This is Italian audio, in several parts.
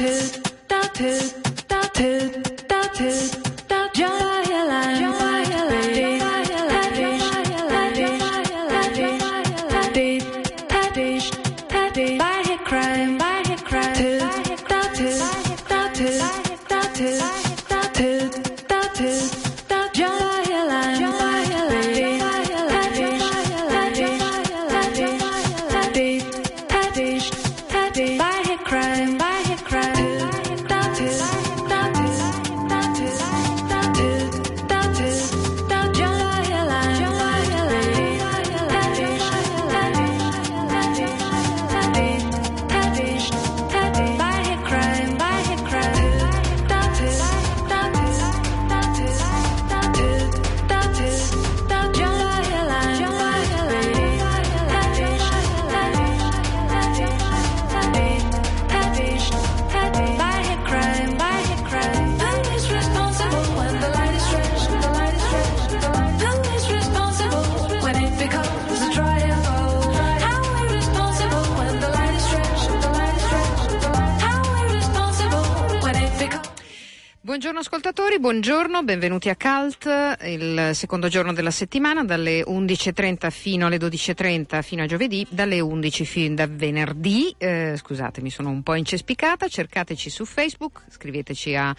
Buongiorno ascoltatori, buongiorno, benvenuti a CULT, il secondo giorno della settimana, dalle 11.30 fino alle 12.30 fino a giovedì, dalle 11 fino da venerdì. Scusate, mi sono un po' incespicata, cercateci su Facebook, scriveteci a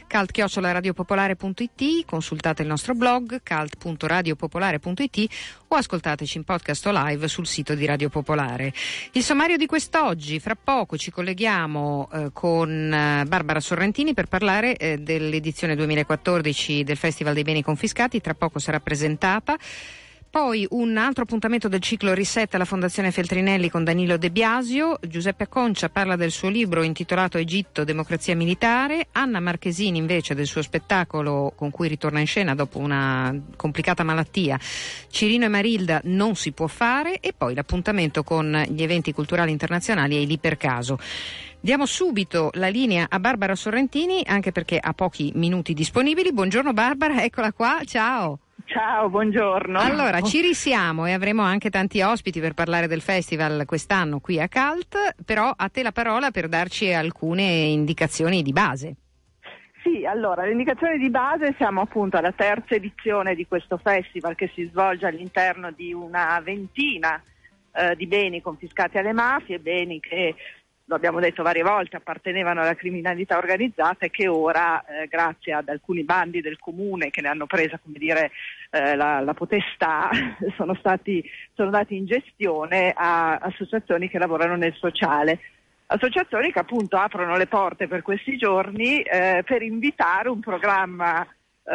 cult@radiopopolare.it, consultate il nostro blog cult.radiopopolare.it o ascoltateci in podcast o live sul sito di Radio Popolare. Il sommario di quest'oggi: fra poco ci colleghiamo con Barbara Sorrentini per parlare dell'edizione 2014 del Festival dei Beni Confiscati, tra poco sarà presentata. Poi un altro appuntamento del ciclo Reset alla Fondazione Feltrinelli con Danilo De Biasio. Giuseppe Acconcia parla del suo libro intitolato Egitto, democrazia militare. Anna Marchesini invece del suo spettacolo con cui ritorna in scena dopo una complicata malattia, Cirino e Marilda, non si può fare. E poi l'appuntamento con gli eventi culturali internazionali e i Lì per caso. Diamo subito la linea a Barbara Sorrentini, anche perché ha pochi minuti disponibili. Buongiorno Barbara, eccola qua, ciao. Ciao, buongiorno. Allora, ci risiamo e avremo anche tanti ospiti per parlare del festival quest'anno qui a CULT, però a te la parola per darci alcune indicazioni di base. Sì, allora, le indicazioni di base: siamo appunto alla terza edizione di questo festival che si svolge all'interno di una ventina di beni confiscati alle mafie, beni che, lo abbiamo detto varie volte, appartenevano alla criminalità organizzata e che ora, grazie ad alcuni bandi del comune che ne hanno presa, come dire, la potestà, sono dati in gestione a associazioni che lavorano nel sociale. Associazioni che appunto aprono le porte per questi giorni per invitare un programma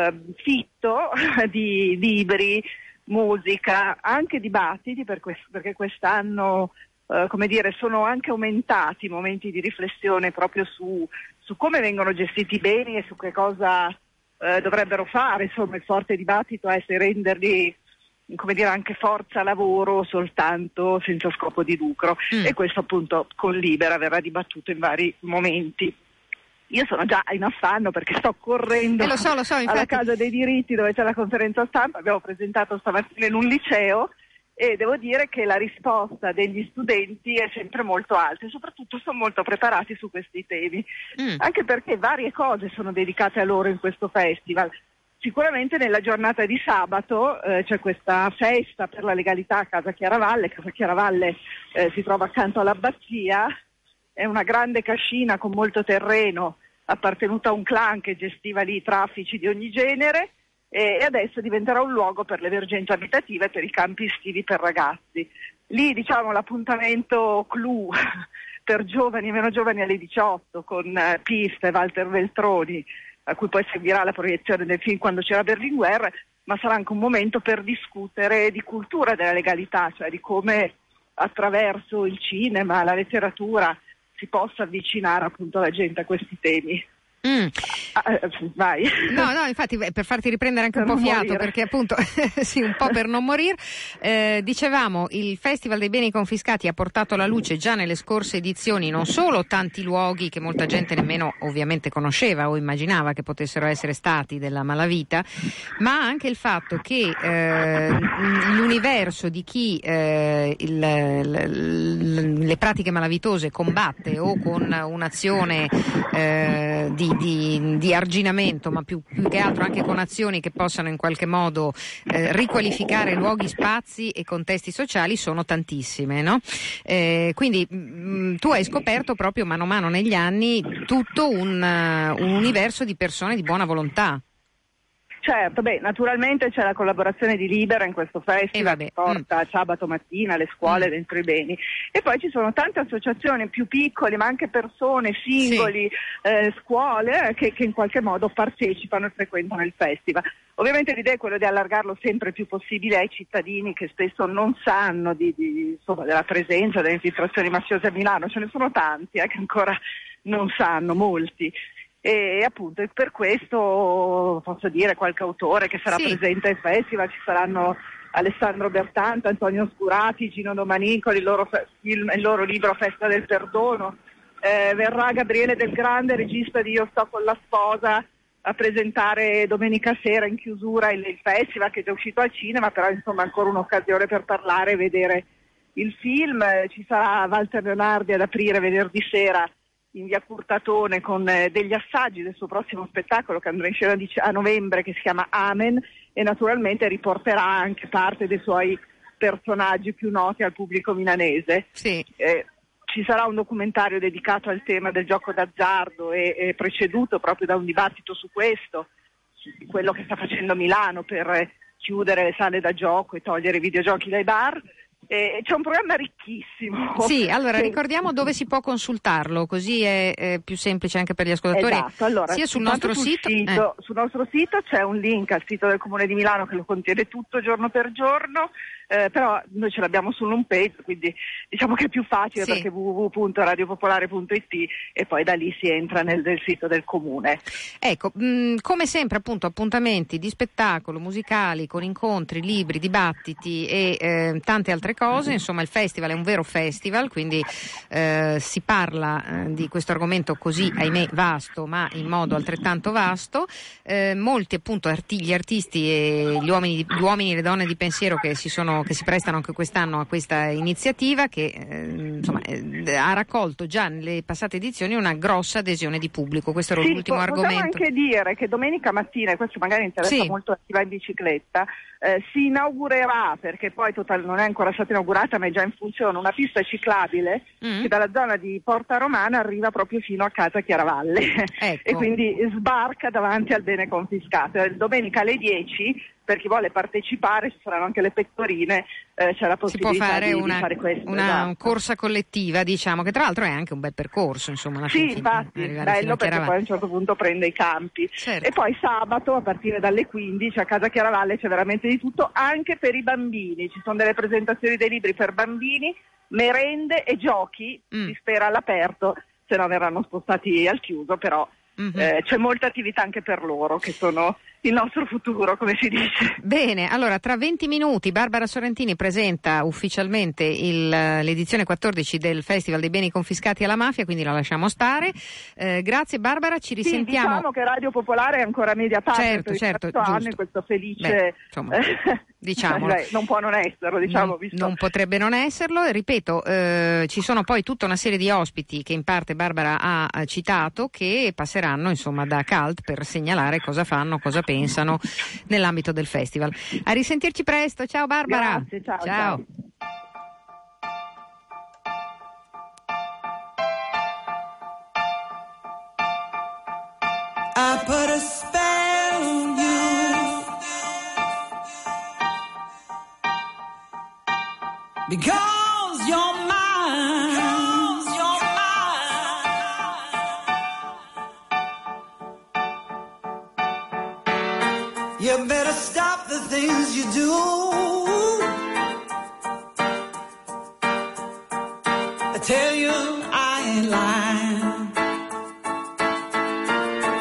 fitto di libri, musica, anche dibattiti, perché quest'anno come dire, sono anche aumentati i momenti di riflessione proprio su come vengono gestiti i beni e su che cosa dovrebbero fare. Insomma, il forte dibattito è se renderli, come dire, anche forza lavoro soltanto senza scopo di lucro. E questo appunto con Libera verrà dibattuto in vari momenti. Io sono già in affanno perché sto correndo lo so, infatti, alla Casa dei Diritti dove c'è la conferenza stampa. Abbiamo presentato stamattina in un liceo e devo dire che la risposta degli studenti è sempre molto alta e soprattutto sono molto preparati su questi temi, anche perché varie cose sono dedicate a loro in questo festival. Sicuramente nella giornata di sabato c'è questa festa per la legalità a Casa Chiaravalle. Casa Chiaravalle si trova accanto all'abbazia, è una grande cascina con molto terreno, appartenuta a un clan che gestiva lì traffici di ogni genere, e adesso diventerà un luogo per le emergenze abitative e per i campi estivi per ragazzi. Lì, diciamo, l'appuntamento clou per giovani e meno giovani alle 18 con Pista e Walter Veltroni, a cui poi seguirà la proiezione del film Quando c'era Berlinguer, ma sarà anche un momento per discutere di cultura della legalità, cioè di come attraverso il cinema, la letteratura si possa avvicinare appunto la gente a questi temi. Vai. No, infatti per farti riprendere anche un po' fiato, perché appunto sì, un po' per non morire. Dicevamo, il Festival dei Beni Confiscati ha portato alla luce già nelle scorse edizioni non solo tanti luoghi che molta gente nemmeno ovviamente conosceva o immaginava che potessero essere stati della malavita, ma anche il fatto che l'universo di chi le pratiche malavitose combatte o con un'azione di arginamento, ma più che altro anche con azioni che possano in qualche modo riqualificare luoghi, spazi e contesti sociali, sono tantissime, no? Quindi tu hai scoperto proprio mano a mano negli anni tutto un universo di persone di buona volontà. Certo, naturalmente c'è la collaborazione di Libera in questo festival che porta sabato mattina le scuole dentro i beni, e poi ci sono tante associazioni più piccole ma anche persone, singoli, scuole che in qualche modo partecipano e frequentano il festival. Ovviamente l'idea è quella di allargarlo sempre più possibile ai cittadini che spesso non sanno insomma, della presenza delle infiltrazioni mafiose a Milano. Ce ne sono tanti che ancora non sanno, molti. E appunto per questo posso dire qualche autore che sarà presente al festival. Ci saranno Alessandro Bertanto, Antonio Scurati, Gino Domanicoli, il loro libro Festa del Perdono. Verrà Gabriele Del Grande, regista di Io sto con la sposa, a presentare domenica sera in chiusura il festival, che è già uscito al cinema, però insomma ancora un'occasione per parlare e vedere il film. Ci sarà Walter Leonardi ad aprire venerdì sera in via Curtatone con degli assaggi del suo prossimo spettacolo che andrà in scena a novembre, che si chiama Amen, e naturalmente riporterà anche parte dei suoi personaggi più noti al pubblico milanese. Sì. Ci sarà un documentario dedicato al tema del gioco d'azzardo e preceduto proprio da un dibattito su questo, su quello che sta facendo Milano per chiudere le sale da gioco e togliere i videogiochi dai bar. C'è un programma ricchissimo. Sì, allora ricordiamo dove si può consultarlo, così è più semplice anche per gli ascoltatori. Esatto, allora, sia sul nostro sito. Sul nostro sito c'è un link al sito del Comune di Milano che lo contiene tutto giorno per giorno, però noi ce l'abbiamo sull'home page, quindi diciamo che è più facile perché www.radiopopolare.it e poi da lì si entra nel sito del Comune. Ecco, come sempre appunto appuntamenti di spettacolo, musicali, con incontri, libri, dibattiti e tante altre cose. Insomma, il festival è un vero festival, quindi si parla di questo argomento così, ahimè, vasto, ma in modo altrettanto vasto. Molti appunto gli artisti e gli uomini e le donne di pensiero che si prestano anche quest'anno a questa iniziativa, che ha raccolto già nelle passate edizioni una grossa adesione di pubblico. Questo era l'ultimo argomento. Possiamo anche dire che domenica mattina, e questo magari interessa molto a chi va in bicicletta, si inaugurerà, perché poi non è ancora stata inaugurata ma è già in funzione, una pista ciclabile che dalla zona di Porta Romana arriva proprio fino a Casa Chiaravalle. Ecco. E quindi sbarca davanti al bene confiscato. Domenica alle 10, per chi vuole partecipare, ci saranno anche le pettorine, c'è la possibilità di fare questo. Una corsa collettiva, diciamo, che tra l'altro è anche un bel percorso, insomma. Sì, infatti, bello, perché poi a un certo punto prende i campi. Certo. E poi sabato, a partire dalle 15, a Casa Chiaravalle c'è veramente di tutto, anche per i bambini. Ci sono delle presentazioni dei libri per bambini, merende e giochi, si spera all'aperto, se no verranno spostati al chiuso, però c'è molta attività anche per loro, che sono il nostro futuro, come si dice. Bene, allora tra 20 minuti Barbara Sorrentini presenta ufficialmente l'edizione 14 del Festival dei Beni Confiscati alla Mafia, quindi la lasciamo stare. Grazie Barbara, ci risentiamo. Sì, diciamo che Radio Popolare è ancora media parte per questo anno, in questo felice... diciamolo. Non può non esserlo, diciamo. Non potrebbe non esserlo. Ripeto, ci sono poi tutta una serie di ospiti che in parte Barbara ha citato, che passeranno insomma da CALT per segnalare cosa fanno, cosa pensano nell'ambito del festival. A risentirci presto, ciao Barbara. Grazie, ciao. I put a spell on you because you're mine. You better stop the things you do. I tell you I ain't lying.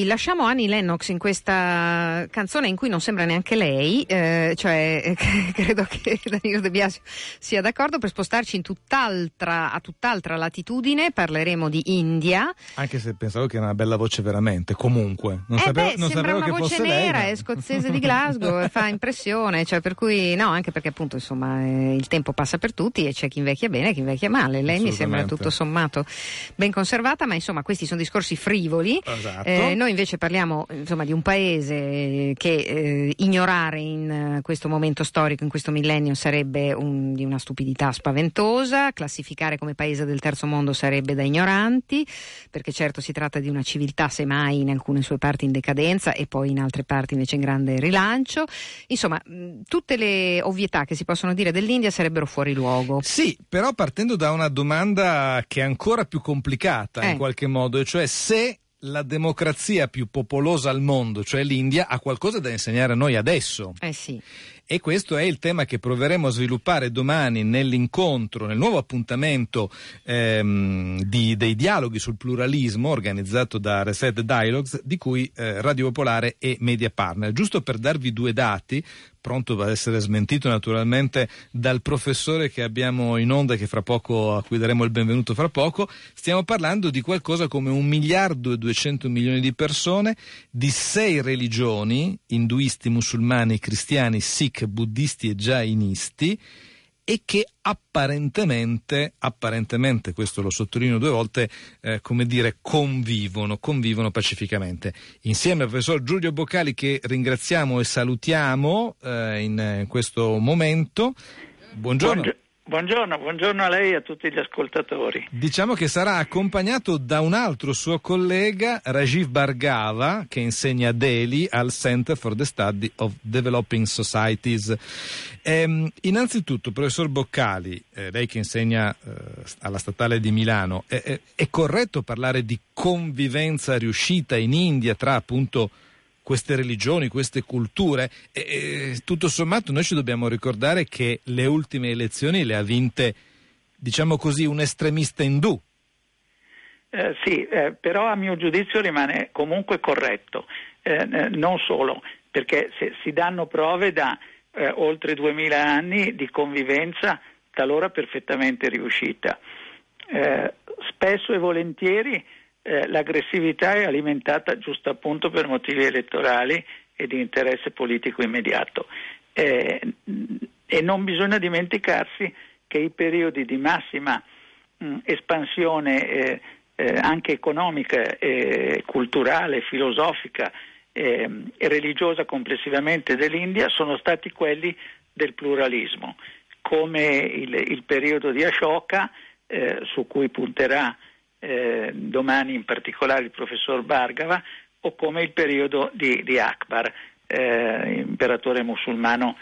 Senti, lasciamo Annie Lennox in questa canzone in cui non sembra neanche lei, credo che Danilo De Biasio sia d'accordo, per spostarci a tutt'altra latitudine. Parleremo di India. Anche se pensavo che era una bella voce veramente, comunque. Non sembra sapevo una che voce fosse nera, lei, è scozzese di Glasgow, fa impressione, per cui no, anche perché appunto il tempo passa per tutti e c'è chi invecchia bene e chi invecchia male. Lei mi sembra tutto sommato ben conservata, ma insomma questi sono discorsi frivoli. Esatto. Noi invece parliamo di un paese che ignorare in questo momento storico, in questo millennio, sarebbe di una stupidità spaventosa. Classificare come paese del terzo mondo sarebbe da ignoranti, perché certo si tratta di una civiltà semmai in alcune sue parti in decadenza e poi in altre parti invece in grande rilancio. Insomma, tutte le ovvietà che si possono dire dell'India sarebbero fuori luogo. Sì, però partendo da una domanda che è ancora più complicata in qualche modo, e cioè se la democrazia più popolosa al mondo, cioè l'India, ha qualcosa da insegnare a noi adesso. Sì. E questo è il tema che proveremo a sviluppare domani nell'incontro, nel nuovo appuntamento dei dialoghi sul pluralismo organizzato da Reset Dialogues, di cui Radio Popolare è media partner. Giusto per darvi due dati, pronto ad essere smentito naturalmente dal professore che abbiamo in onda, che a cui daremo il benvenuto fra poco. Stiamo parlando di qualcosa come 1.200.000.000 di persone, di 6 religioni, induisti, musulmani, cristiani, sikh, buddisti e jainisti, e che apparentemente, questo lo sottolineo 2 volte, convivono pacificamente. Insieme al professor Giulio Boccali, che ringraziamo e salutiamo in questo momento. Buongiorno. Buongiorno a lei e a tutti gli ascoltatori. Diciamo che sarà accompagnato da un altro suo collega, Rajiv Bhargava, che insegna a Delhi al Center for the Study of Developing Societies. Innanzitutto, professor Boccali, lei che insegna alla Statale di Milano, è corretto parlare di convivenza riuscita in India tra appunto queste religioni, queste culture? Tutto sommato noi ci dobbiamo ricordare che le ultime elezioni le ha vinte, diciamo così, un estremista indù. Sì, però a mio giudizio rimane comunque corretto, non solo, perché si danno prove da oltre 2000 anni di convivenza talora perfettamente riuscita. Spesso e volentieri l'aggressività è alimentata giusto appunto per motivi elettorali e di interesse politico immediato, e non bisogna dimenticarsi che i periodi di massima espansione anche economica, culturale, filosofica e religiosa complessivamente dell'India sono stati quelli del pluralismo, come il periodo di Ashoka, su cui punterà domani in particolare il professor Bhargava, o come il periodo di Akbar, imperatore musulmano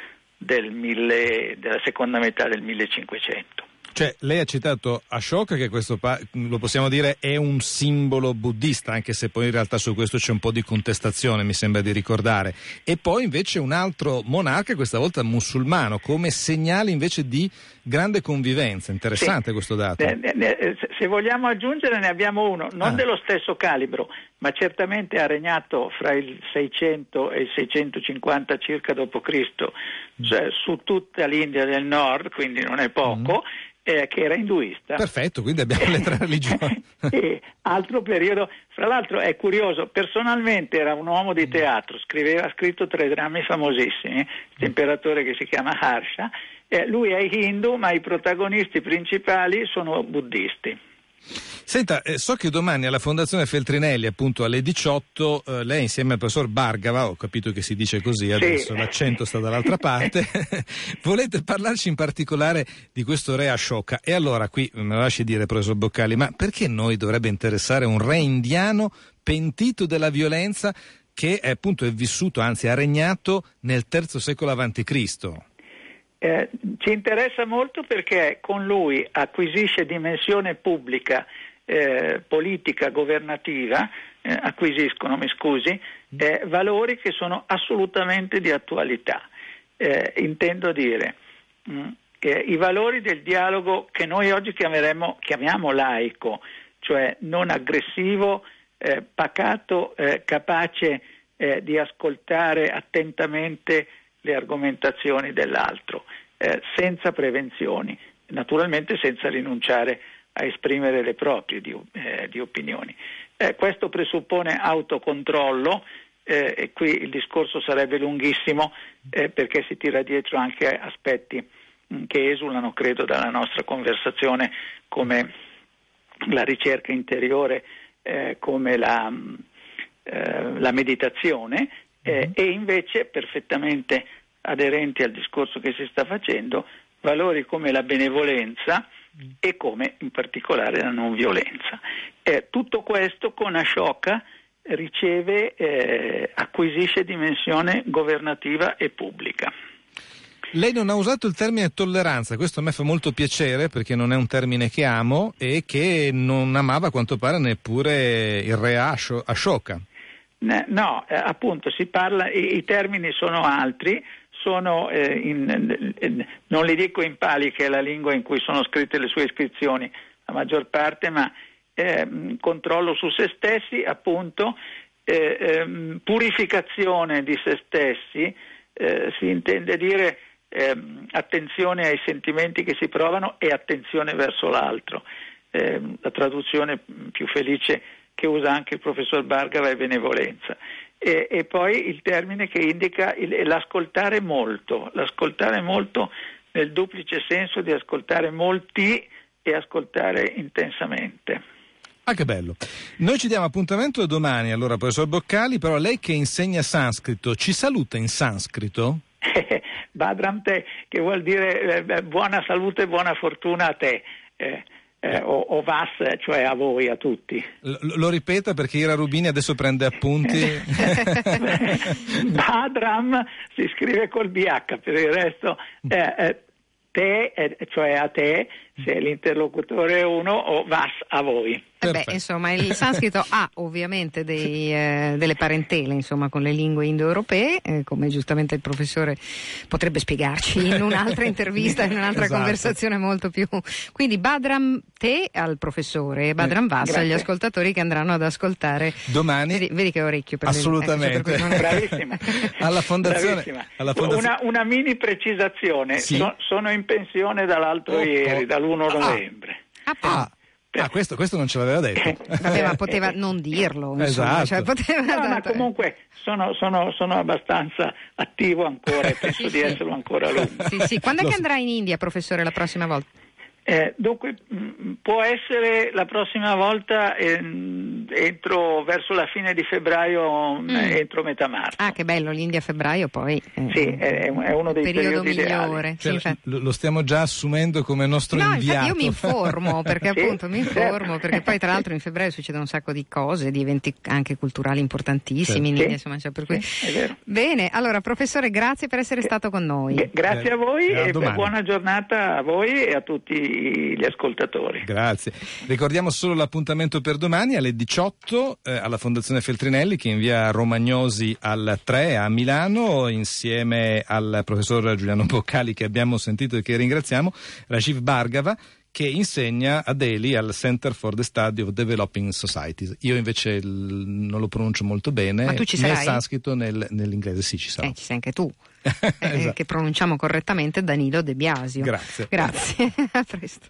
della seconda metà del 1500. Cioè, lei ha citato Ashoka, che questo lo possiamo dire è un simbolo buddista, anche se poi in realtà su questo c'è un po' di contestazione, mi sembra di ricordare, e poi invece un altro monarca, questa volta musulmano, come segnale invece di grande convivenza. Interessante, sì. Questo dato. Se vogliamo aggiungere, ne abbiamo uno, non dello stesso calibro, ma certamente ha regnato fra il 600 e il 650 circa d.C., cioè su tutta l'India del Nord, quindi non è poco, che era induista. Perfetto, quindi abbiamo le 3 religioni. Altro periodo, fra l'altro è curioso, personalmente era un uomo di teatro, ha scritto 3 drammi famosissimi, questo imperatore che si chiama Harsha. Lui è hindu, ma i protagonisti principali sono buddisti. Senta, so che domani alla Fondazione Feltrinelli, appunto alle 18, lei insieme al professor Bhargava, ho capito che si dice così adesso, sì. L'accento sta dall'altra parte, volete parlarci in particolare di questo re Ashoka. E allora qui me lo lasci dire, professor Boccali, ma perché noi dovrebbe interessare un re indiano pentito della violenza che appunto è vissuto, anzi ha regnato nel III secolo a.C.? Ci interessa molto perché con lui acquisisce dimensione pubblica, politica, governativa, valori che sono assolutamente di attualità. Intendo dire i valori del dialogo che noi oggi chiamiamo laico, cioè non aggressivo, pacato, capace di ascoltare attentamente le argomentazioni dell'altro, senza prevenzioni, naturalmente senza rinunciare a esprimere le proprie di opinioni. Questo presuppone autocontrollo, e qui il discorso sarebbe lunghissimo, perché si tira dietro anche aspetti che esulano, credo, dalla nostra conversazione, come la ricerca interiore, come la meditazione, e invece perfettamente aderenti al discorso che si sta facendo, valori come la benevolenza e come in particolare la non violenza. Tutto questo con Ashoka acquisisce dimensione governativa e pubblica. Lei non ha usato il termine tolleranza, questo a me fa molto piacere perché non è un termine che amo e che non amava a quanto pare neppure il re Ashoka. No, appunto si parla, i termini sono altri, sono non li dico in Pali, che è la lingua in cui sono scritte le sue iscrizioni, la maggior parte, ma controllo su se stessi, appunto, purificazione di se stessi, si intende dire attenzione ai sentimenti che si provano e attenzione verso l'altro. La traduzione più felice che usa anche il professor Bhargava è benevolenza. E poi il termine che indica l'ascoltare molto nel duplice senso di ascoltare molti e ascoltare intensamente. Ah, che bello. Noi ci diamo appuntamento domani, allora, professor Boccali, però lei che insegna sanscrito, ci saluta in sanscrito? Badram te, che vuol dire buona salute e buona fortuna a te. O vas, cioè a voi, a tutti. Lo ripeta perché Ira Rubini adesso prende appunti. Badram si scrive col BH, per il resto te, cioè a te, se l'interlocutore è uno, o vas a voi. Insomma, il sanscrito ha ovviamente delle parentele, insomma, con le lingue indoeuropee, come giustamente il professore potrebbe spiegarci in un'altra intervista, in un'altra conversazione molto più. Quindi Badram te al professore e Badram Vas agli ascoltatori che andranno ad ascoltare domani. Vedi che orecchio per assolutamente. Bravissima. Alla fondazione. Una mini precisazione. Sì? Sono in pensione dall'altro ieri, dall'1 novembre. Questo non ce l'aveva detto. Vabbè, ma poteva non dirlo, insomma, esatto. Ma comunque sono abbastanza attivo ancora e penso di esserlo ancora a lungo. Sì. Quando è che andrà in India, professore, la prossima volta? Dunque può essere la prossima volta entro verso la fine di febbraio, entro metà marzo. Ah, che bello, l'India a febbraio poi sì, è uno dei periodo periodi migliore. Cioè, sì, lo stiamo già assumendo come nostro inviato. Infatti io mi informo perché appunto perché poi tra l'altro in febbraio succede un sacco di cose, di eventi anche culturali importantissimi in India, insomma, cioè, per cui è vero. Bene, allora professore, grazie per essere stato con noi. Grazie a voi e domani. Buona giornata a voi e a tutti gli ascoltatori. Grazie. Ricordiamo solo l'appuntamento per domani alle 18 alla Fondazione Feltrinelli, che è in via Romagnosi al 3 a Milano, insieme al professor Giuliano Boccali, che abbiamo sentito e che ringraziamo, Rajiv Bhargava, che insegna a Delhi al Center for the Study of Developing Societies. Io invece non lo pronuncio molto bene. Ma tu ci nel sarai? sanscrito, nell'inglese sì, ci sarò. Ci sei anche tu. Esatto. Che pronunciamo correttamente, Danilo De Biasio. Grazie. A presto.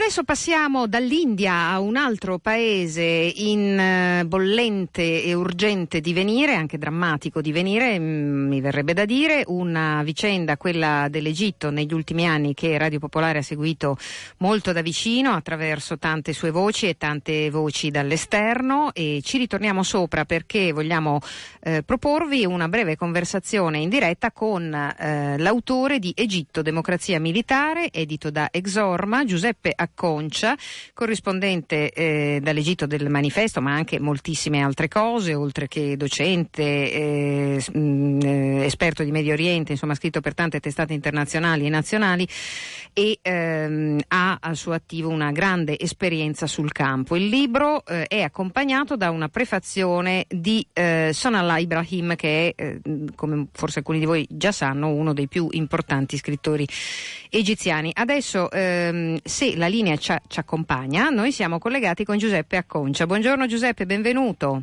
Adesso passiamo dall'India a un altro paese in bollente e urgente divenire, anche drammatico divenire, mi verrebbe da dire, una vicenda, quella dell'Egitto, negli ultimi anni che Radio Popolare ha seguito molto da vicino attraverso tante sue voci e tante voci dall'esterno, e ci ritorniamo sopra perché vogliamo proporvi una breve conversazione in diretta con l'autore di Egitto, democrazia militare, edito da Exorma, Giuseppe Acconcia, corrispondente dall'Egitto del Manifesto, ma anche moltissime altre cose, oltre che docente, esperto di Medio Oriente, insomma ha scritto per tante testate internazionali e nazionali, e ha al suo attivo una grande esperienza sul campo. Il libro è accompagnato da una prefazione di Sonallah Ibrahim, che è, come forse alcuni di voi già sanno, uno dei più importanti scrittori egiziani. Adesso, se la linea ci accompagna, noi siamo collegati con Giuseppe Acconcia. Buongiorno Giuseppe, benvenuto.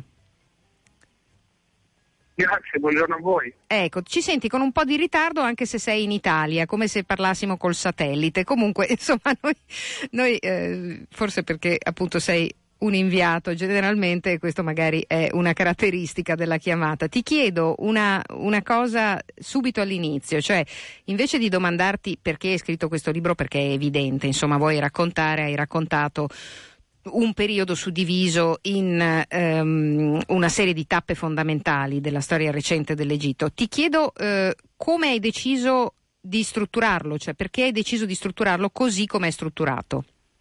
Grazie, buongiorno a voi. Ecco, ci senti con un po' di ritardo anche se sei in Italia, come se parlassimo col satellite. Comunque, insomma, noi forse perché appunto sei un inviato generalmente, questo magari è una caratteristica della chiamata. Ti chiedo una cosa subito all'inizio, cioè invece di domandarti perché hai scritto questo libro, perché è evidente, insomma hai raccontato un periodo suddiviso in una serie di tappe fondamentali della storia recente dell'Egitto. Ti chiedo come hai deciso di strutturarlo, cioè perché hai deciso di strutturarlo così come è strutturato?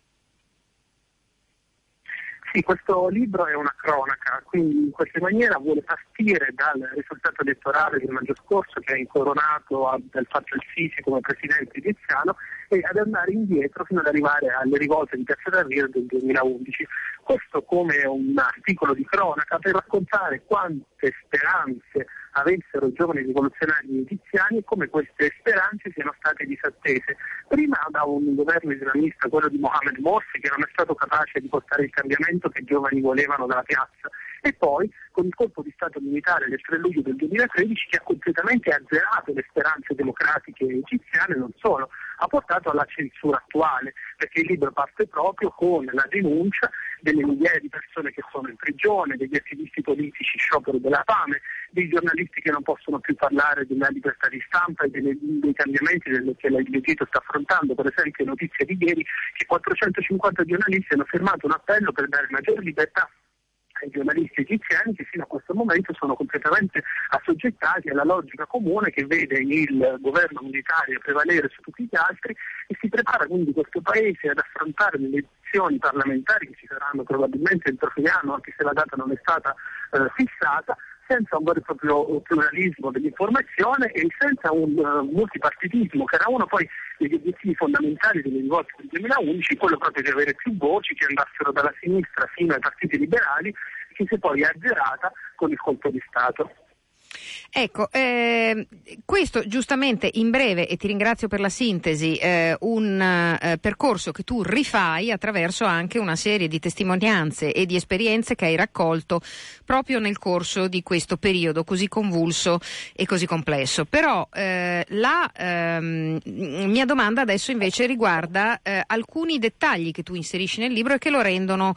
Sì, questo libro è una cronaca, quindi in qualche maniera vuole partire dal risultato elettorale del maggio scorso, che ha incoronato Abdel Fattah el-Sisi come presidente egiziano, e ad andare indietro fino ad arrivare alle rivolte di Piazza Tahrir del 2011. Questo come un articolo di cronaca per raccontare quante speranze avessero i giovani rivoluzionari egiziani e come queste speranze siano state disattese. Prima da un governo islamista, quello di Mohamed Morsi, che non è stato capace di portare il cambiamento che i giovani volevano dalla piazza, e poi con il colpo di Stato militare del 3 luglio del 2013 che ha completamente azzerato le speranze democratiche egiziane, non solo, ha portato alla censura attuale, perché il libro parte proprio con la denuncia delle migliaia di persone che sono in prigione, degli attivisti politici sciopero della fame, dei giornalisti che non possono più parlare della libertà di stampa e dei cambiamenti che l'Egitto sta affrontando. Per esempio, notizia di ieri che 450 giornalisti hanno firmato un appello per dare maggiore libertà ai giornalisti egiziani, che fino a questo momento sono completamente assoggettati alla logica comune che vede il governo militare prevalere su tutti gli altri, e si prepara quindi questo paese ad affrontare le elezioni parlamentari che ci saranno probabilmente entro fine anno, anche se la data non è stata fissata, senza un vero e proprio pluralismo dell'informazione e senza un multipartitismo, che era uno poi degli obiettivi fondamentali delle rivolte del 2011, quello proprio di avere più voci che andassero dalla sinistra fino ai partiti liberali, che si è poi azzerata con il colpo di Stato. Ecco, questo giustamente in breve, e ti ringrazio per la sintesi, un percorso che tu rifai attraverso anche una serie di testimonianze e di esperienze che hai raccolto proprio nel corso di questo periodo così convulso e così complesso. Però la mia domanda adesso invece riguarda alcuni dettagli che tu inserisci nel libro e che lo rendono,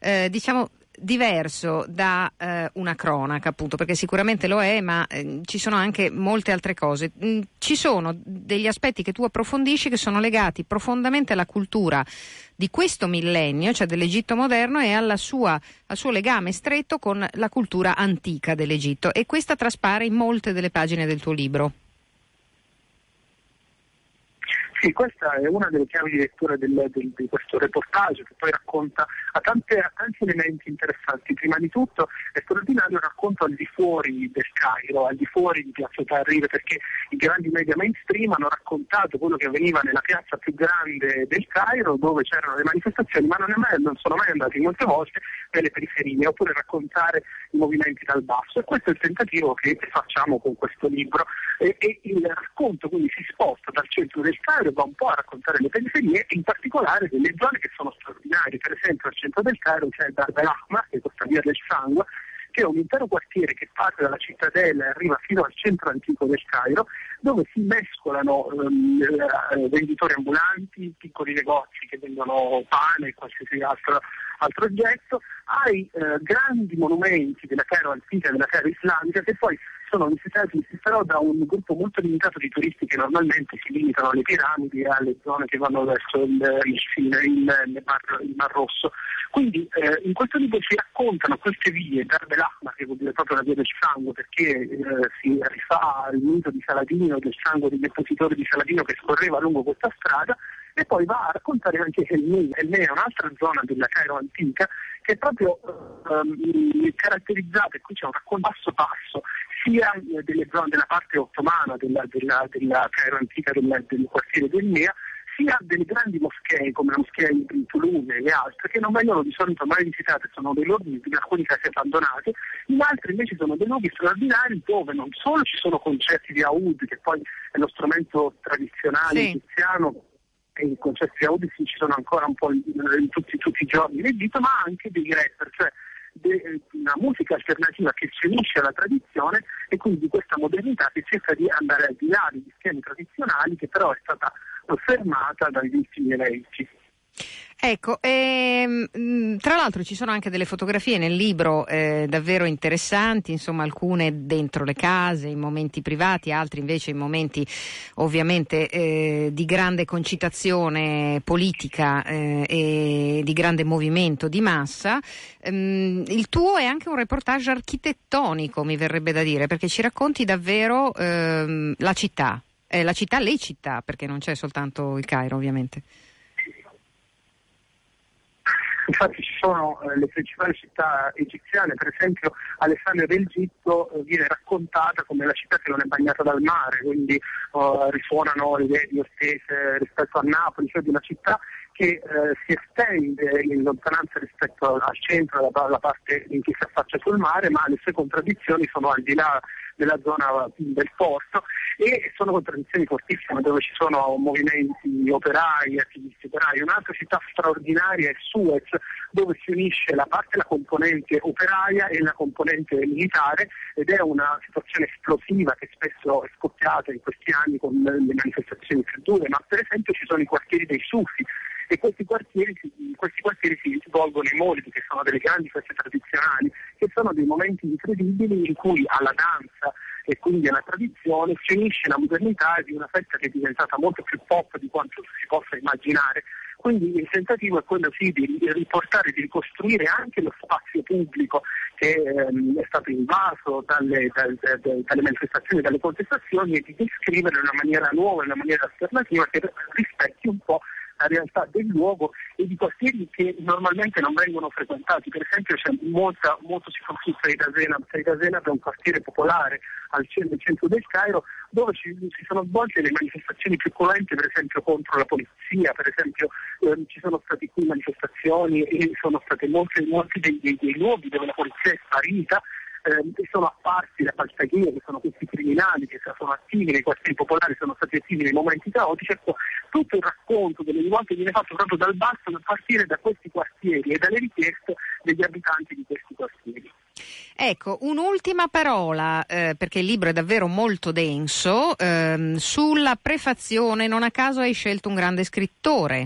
diverso da una cronaca, appunto, perché sicuramente lo è, ma ci sono anche molte altre cose. Ci sono degli aspetti che tu approfondisci che sono legati profondamente alla cultura di questo millennio, cioè dell'Egitto moderno, e al suo legame stretto con la cultura antica dell'Egitto, e questa traspare in molte delle pagine del tuo libro. Sì, questa è una delle chiavi di lettura di questo reportage, che poi racconta a tanti elementi interessanti. Prima di tutto è straordinario il racconto al di fuori del Cairo, al di fuori di Piazza Tahrir, perché i grandi media mainstream hanno raccontato quello che avveniva nella piazza più grande del Cairo, dove c'erano le manifestazioni, ma non sono mai andati molte volte nelle periferie, oppure raccontare i movimenti dal basso. E questo è il tentativo che facciamo con questo libro. E il racconto quindi si sposta dal centro del Cairo, va un po' a raccontare le periferie, e in particolare delle zone che sono straordinarie. Per esempio al centro del Cairo c'è Dar el Ahmar, che è questa via del sangue, che è un intero quartiere che parte dalla cittadella e arriva fino al centro antico del Cairo, dove si mescolano venditori ambulanti, piccoli negozi che vendono pane e qualsiasi altro oggetto, ai grandi monumenti della Cairo antica e della Cairo islamica, che poi sono visitati però da un gruppo molto limitato di turisti che normalmente si limitano alle piramidi e alle zone che vanno verso il Mar Rosso. Quindi in questo libro si raccontano queste vie, Darb el-Ahmar, che vuol dire proprio la via del sangue, perché si rifà al mito di Saladino, del sangue degli oppositori di Saladino che scorreva lungo questa strada, e poi va a raccontare anche El-Nea. El-Nea è un'altra zona della Cairo antica che è proprio caratterizzata, e qui c'è un racconto passo passo, sia delle zone della parte ottomana della Cairo antica, del quartiere del Nea, sia delle grandi moschee come la moschea di Toulouse e le altre, che non vengono di solito mai visitate, sono dei luoghi in alcuni casi abbandonati, in altri invece sono dei luoghi straordinari dove non solo ci sono concerti di oud, che poi è lo strumento tradizionale egiziano, e i concerti di oud ci sono ancora un po' in tutti i giorni in Egitto, ma anche dei rapper, cioè una musica alternativa che si unisce alla tradizione, e quindi questa modernità che cerca di andare al di là degli schemi tradizionali, che però è stata fermata dagli ultimi eventi. Ecco, tra l'altro ci sono anche delle fotografie nel libro davvero interessanti, insomma alcune dentro le case, in momenti privati, altri invece in momenti ovviamente di grande concitazione politica e di grande movimento di massa. Il tuo è anche un reportage architettonico, mi verrebbe da dire, perché ci racconti davvero le città, perché non c'è soltanto il Cairo ovviamente. Infatti ci sono le principali città egiziane, per esempio Alessandria d'Egitto viene raccontata come la città che non è bagnata dal mare, quindi risuonano le idee di Ortese rispetto a Napoli, cioè di una città che si estende in lontananza rispetto al centro, alla parte in cui si affaccia sul mare, ma le sue contraddizioni sono al di là della zona del porto, e sono contraddizioni fortissime, dove ci sono movimenti operai, attivisti operai. Un'altra città straordinaria è Suez, dove si unisce la componente operaia e la componente militare, ed è una situazione esplosiva che spesso è scoppiata in questi anni con le manifestazioni più dure, ma per esempio ci sono i quartieri dei Sufi, e in questi quartieri si svolgono i molidi, che sono delle grandi feste tradizionali, che sono dei momenti incredibili in cui alla danza e quindi alla tradizione si unisce la modernità di una festa che è diventata molto più pop di quanto si possa immaginare. Quindi il tentativo è quello sì di riportare, di ricostruire anche lo spazio pubblico che è stato invaso dalle manifestazioni, dalle contestazioni, e di descriverlo in una maniera nuova, in una maniera alternativa che rispecchi un po' la realtà del luogo e di quartieri che normalmente non vengono frequentati. Per esempio c'è molto si fa su Seitasena, è un quartiere popolare al centro del Cairo, dove si sono svolte le manifestazioni più cruente, per esempio contro la polizia, per esempio ci sono state qui manifestazioni e sono state molti dei luoghi dove la polizia è sparita. Sono apparsi da Paltaghia, che sono questi criminali che sono attivi nei quartieri popolari, sono stati attivi nei momenti caotici. Ecco, tutto il racconto delle rivolte viene fatto proprio dal basso, a partire da questi quartieri e dalle richieste degli abitanti di questi quartieri. Ecco, un'ultima parola, perché il libro è davvero molto denso, sulla prefazione. Non a caso hai scelto un grande scrittore.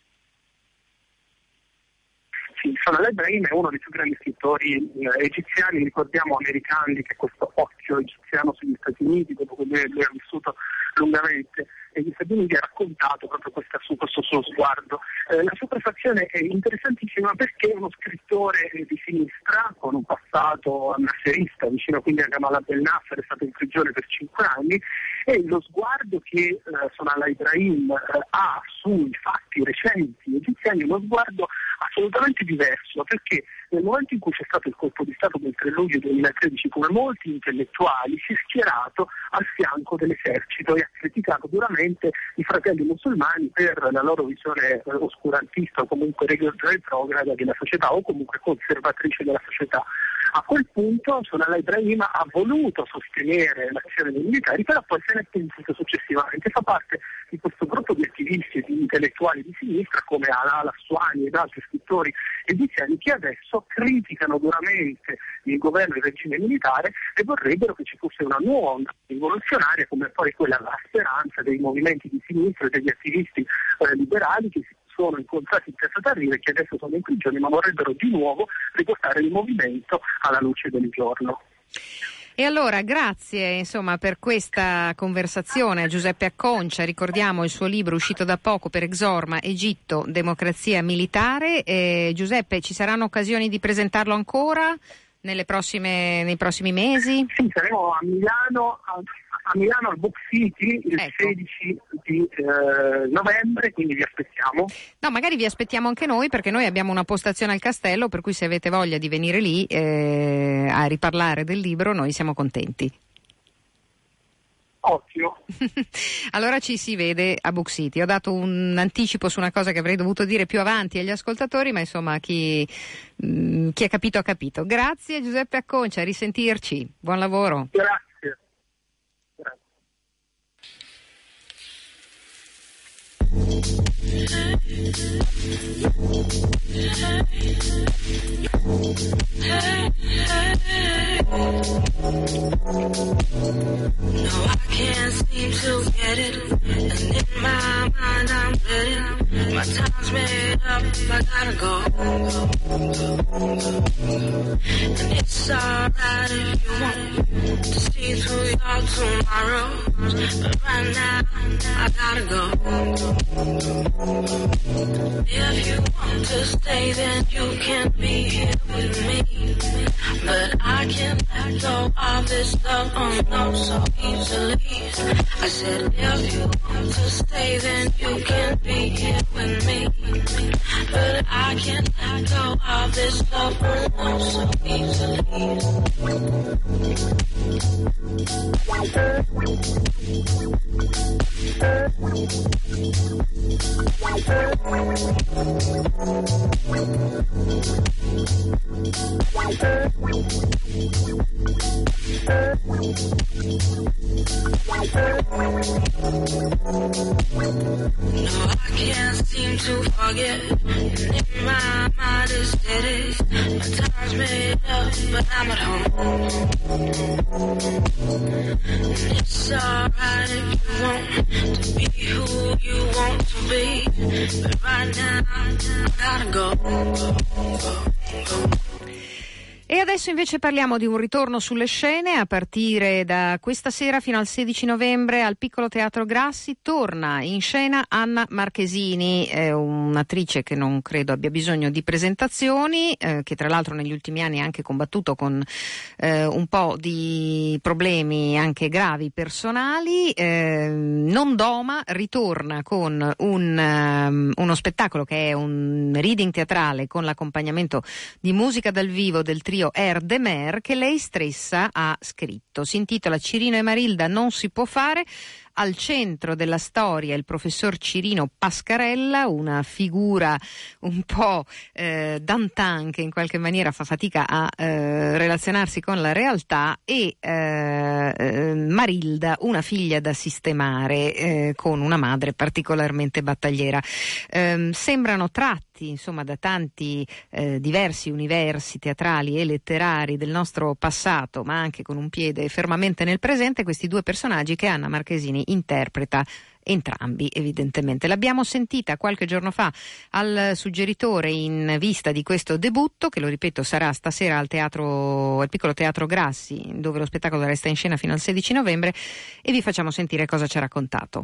Sì, Salah Ibrahim è uno dei più grandi scrittori egiziani, ricordiamo Americandi, che è questo occhio egiziano sugli Stati Uniti, dopo che lui ha vissuto lungamente negli Stati Uniti, ha raccontato proprio questo suo sguardo. La sua prefazione è interessantissima perché è uno scrittore di sinistra con un passato nasserista, vicino quindi a Gamal Abdel Nasser, è stato in prigione per 5 anni, e lo sguardo che Salah Ibrahim ha sui fatti recenti egiziani è uno sguardo assolutamente diverso, perché nel momento in cui c'è stato il colpo di Stato del 3 luglio 2013, come molti intellettuali, si è schierato al fianco dell'esercito e ha criticato duramente i fratelli musulmani per la loro visione oscurantista o comunque retrograda della società, o comunque conservatrice della società. A quel punto Salah Ibrahim ha voluto sostenere l'azione dei militari, però poi se ne è pentito successivamente. Fa parte di questo gruppo di attivisti e di intellettuali di sinistra come Alaa Aswany ed altri scrittori egiziani, che adesso criticano duramente il governo e il regime militare e vorrebbero che ci fosse una nuova onda rivoluzionaria, come poi quella la speranza dei movimenti di sinistra e degli attivisti liberali che si sono incontrati in piazza Tahrir e che adesso sono in prigione, ma vorrebbero di nuovo riportare il movimento alla luce del giorno. E allora grazie per questa conversazione a Giuseppe Acconcia. Ricordiamo il suo libro uscito da poco per Exorma, Egitto, democrazia militare. Giuseppe, ci saranno occasioni di presentarlo ancora nei prossimi mesi? Sì, saremo a Milano al Book City il 16 di novembre, quindi vi aspettiamo. No, magari vi aspettiamo anche noi, perché noi abbiamo una postazione al castello, per cui se avete voglia di venire lì a riparlare del libro, noi siamo contenti. Ottimo. Allora ci si vede a Book City. Ho dato un anticipo su una cosa che avrei dovuto dire più avanti agli ascoltatori, ma insomma chi ha capito ha capito. Grazie Giuseppe Acconcia, a risentirci. Buon lavoro. Grazie. No, I can't seem to get it, and in my mind I'm ready. My time's made up, I gotta go. And it's alright if you want to see through your tomorrows, but right now I gotta go. If you want to stay, then you can be here with me, but I can't let go of this love, oh no, so easily. I said if you want to stay, then you can be here with me, but I can't let go of this love, oh no, so easily. No, I can't seem to forget, and in my mind is steady. My time's made up, but I'm at home. And it's alright if you want to be who you want to be, but right now I gotta go. E adesso invece parliamo di un ritorno sulle scene. A partire da questa sera fino al 16 novembre al Piccolo Teatro Grassi torna in scena Anna Marchesini, un'attrice che non credo abbia bisogno di presentazioni, che tra l'altro negli ultimi anni ha anche combattuto con un po' di problemi anche gravi personali. Non doma, ritorna con uno spettacolo che è un reading teatrale con l'accompagnamento di musica dal vivo del trio Air de Mer, che lei stessa ha scritto. Si intitola Cirino e Marilda non si può fare. Al centro della storia il professor Cirino Pascarella, una figura un po' d'antan che in qualche maniera fa fatica a relazionarsi con la realtà, e Marilda, una figlia da sistemare con una madre particolarmente battagliera. Sembrano tratti insomma da tanti diversi universi teatrali e letterari del nostro passato, ma anche con un piede fermamente nel presente, questi due personaggi che Anna Marchesini interpreta entrambi, evidentemente. L'abbiamo sentita qualche giorno fa al Suggeritore in vista di questo debutto, che lo ripeto sarà stasera al Piccolo Teatro Grassi, dove lo spettacolo resta in scena fino al 16 novembre, e vi facciamo sentire cosa ci ha raccontato.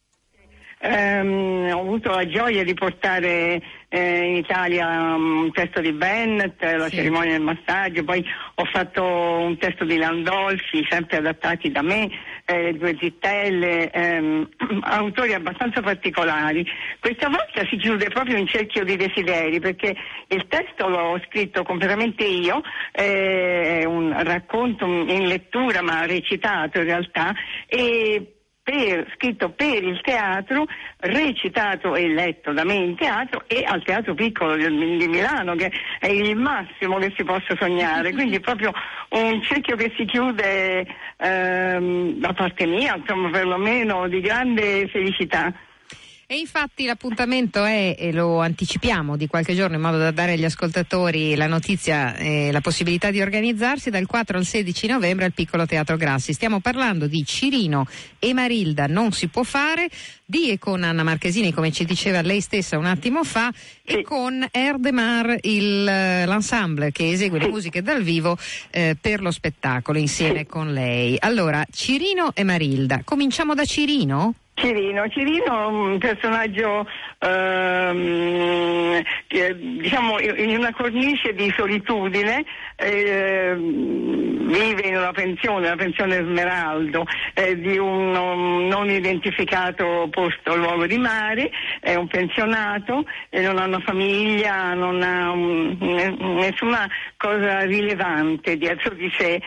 Ho avuto la gioia di portare in Italia un testo di Bennett, la cerimonia del massaggio, poi ho fatto un testo di Landolfi, sempre adattati da me, Due zittelle, autori abbastanza particolari. Questa volta si chiude proprio in cerchio di desideri, perché il testo l'ho scritto completamente io, è un racconto in lettura ma recitato in realtà, e scritto per il teatro, recitato e letto da me in teatro e al Teatro Piccolo di Milano, che è il massimo che si possa sognare, quindi proprio un cerchio che si chiude da parte mia, insomma, perlomeno di grande felicità. E infatti l'appuntamento è, e lo anticipiamo di qualche giorno in modo da dare agli ascoltatori la notizia e la possibilità di organizzarsi, dal 4 al 16 novembre al Piccolo Teatro Grassi. Stiamo parlando di Cirino e Marilda non si può fare, di e con Anna Marchesini, come ci diceva lei stessa un attimo fa, e con Air de Mar, l'ensemble che esegue le musiche dal vivo per lo spettacolo insieme con lei. Allora, Cirino e Marilda. Cominciamo da Cirino? Cirino è un personaggio diciamo in una cornice di solitudine, vive in una pensione Smeraldo di un non identificato posto, luogo di mare, è un pensionato e non ha una famiglia, non ha nessuna cosa rilevante dietro di sé,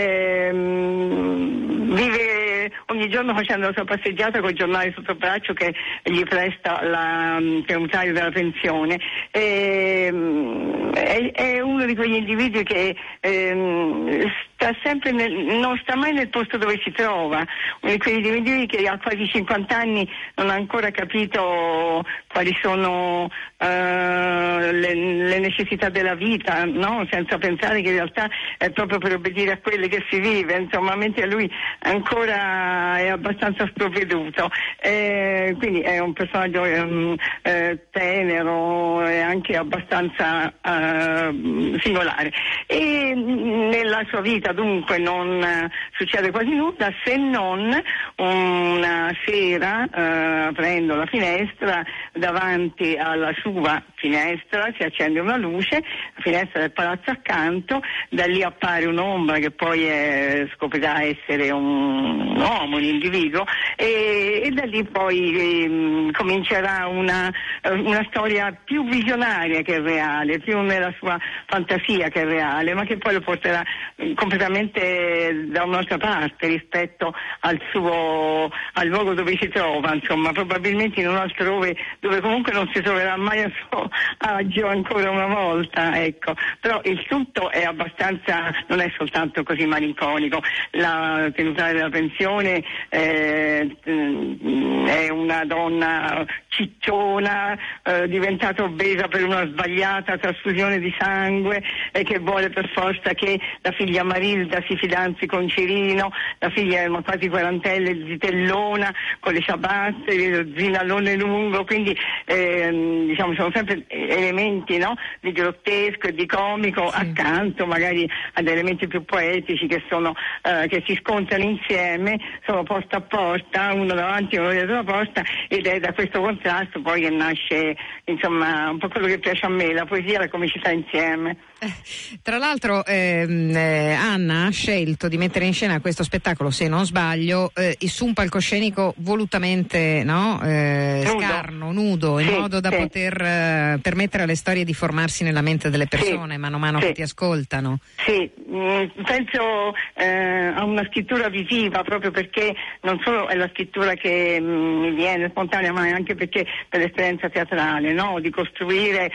vive ogni giorno facendo la sua passeggiata col giornale sotto braccio che gli presta che è un taglio della pensione. È uno di quegli individui che sta sempre non sta mai nel posto dove si trova, uno di quegli individui che ha quasi 50 anni non ha ancora capito quali sono le necessità della vita, no? Senza pensare che in realtà è proprio per obbedire a quelle che si vive, insomma, mentre lui ancora è abbastanza sprovveduto, quindi è un personaggio tenero e anche abbastanza singolare, e nella sua vita dunque non succede quasi nulla, se non una sera aprendo la finestra, davanti alla sua finestra si accende una luce, la finestra del palazzo accanto, da lì appare un'ombra che poi scoprirà essere un uomo, un individuo, e da lì poi comincerà una storia più visionaria che reale, più nella sua fantasia che reale, ma che poi lo porterà completamente da un'altra parte rispetto al luogo dove si trova, insomma, probabilmente in un altrove dove comunque non si troverà mai a suo agio ancora una volta, ecco. Però il tutto è abbastanza, non è soltanto così malinconico. La tenuta della pensione è una donna cicciona, diventata obesa per una sbagliata trasfusione di sangue, e che vuole per forza che la figlia Marilda si fidanzi con Cirino. La figlia è quasi quarantenne, zitellona, con le ciabatte, lo zinalone lungo, quindi diciamo sono sempre elementi, no? Di grottesco e di comico, accanto magari ad elementi più poetici che si scontrano insieme, sono porta a porta, uno davanti e uno dietro la porta, ed è da questo contrasto poi che nasce, insomma, un po' quello che piace a me, la poesia e la comicità insieme. Tra l'altro Anna ha scelto di mettere in scena questo spettacolo, se non sbaglio, su un palcoscenico volutamente scarno, nudo, in modo da poter permettere alle storie di formarsi nella mente delle persone mano a mano che ti ascoltano. Sì, penso a una scrittura visiva, proprio perché non solo è la scrittura che mi viene spontanea, ma anche perché per l'esperienza teatrale, no? Di costruire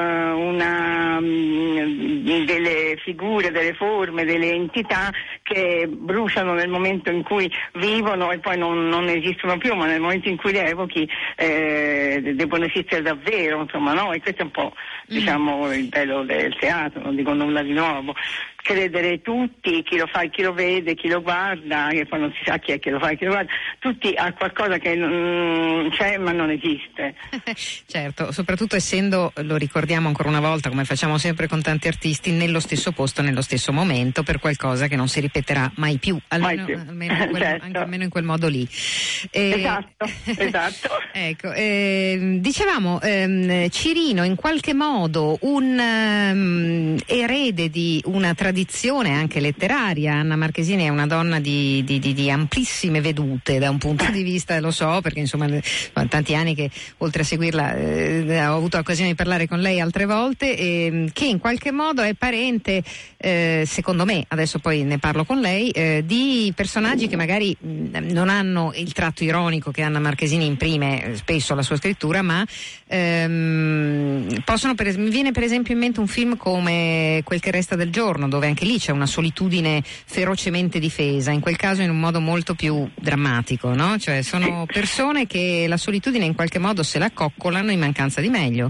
delle figure, delle forme, delle entità che bruciano nel momento in cui vivono e poi non esistono più, ma nel momento in cui li evochi devono esistere davvero, insomma, no? E questo è un po', diciamo, il bello del teatro, non dico nulla di nuovo. Credere tutti, chi lo fa e chi lo vede, chi lo guarda, che poi non si sa chi è che lo fa e chi lo guarda, tutti a qualcosa che c'è ma non esiste. Certo, soprattutto essendo, lo ricordiamo ancora una volta, come facciamo sempre con tanti artisti, nello stesso posto, nello stesso momento, per qualcosa che non si ripeterà mai più, almeno in quel modo lì. Esatto. Ecco, dicevamo, Cirino in qualche modo un erede di una tradizione anche letteraria. Anna Marchesini è una donna di amplissime vedute da un punto di vista, lo so, perché insomma tanti anni che oltre a seguirla ho avuto occasione di parlare con lei altre volte, che in qualche modo è parente, secondo me, adesso poi ne parlo con lei, di personaggi che magari non hanno il tratto ironico che Anna Marchesini imprime spesso alla sua scrittura, ma mi viene per esempio in mente un film come Quel che resta del giorno, dove dove anche lì c'è una solitudine ferocemente difesa, in quel caso in un modo molto più drammatico, no? Cioè sono persone che la solitudine in qualche modo se la coccolano in mancanza di meglio.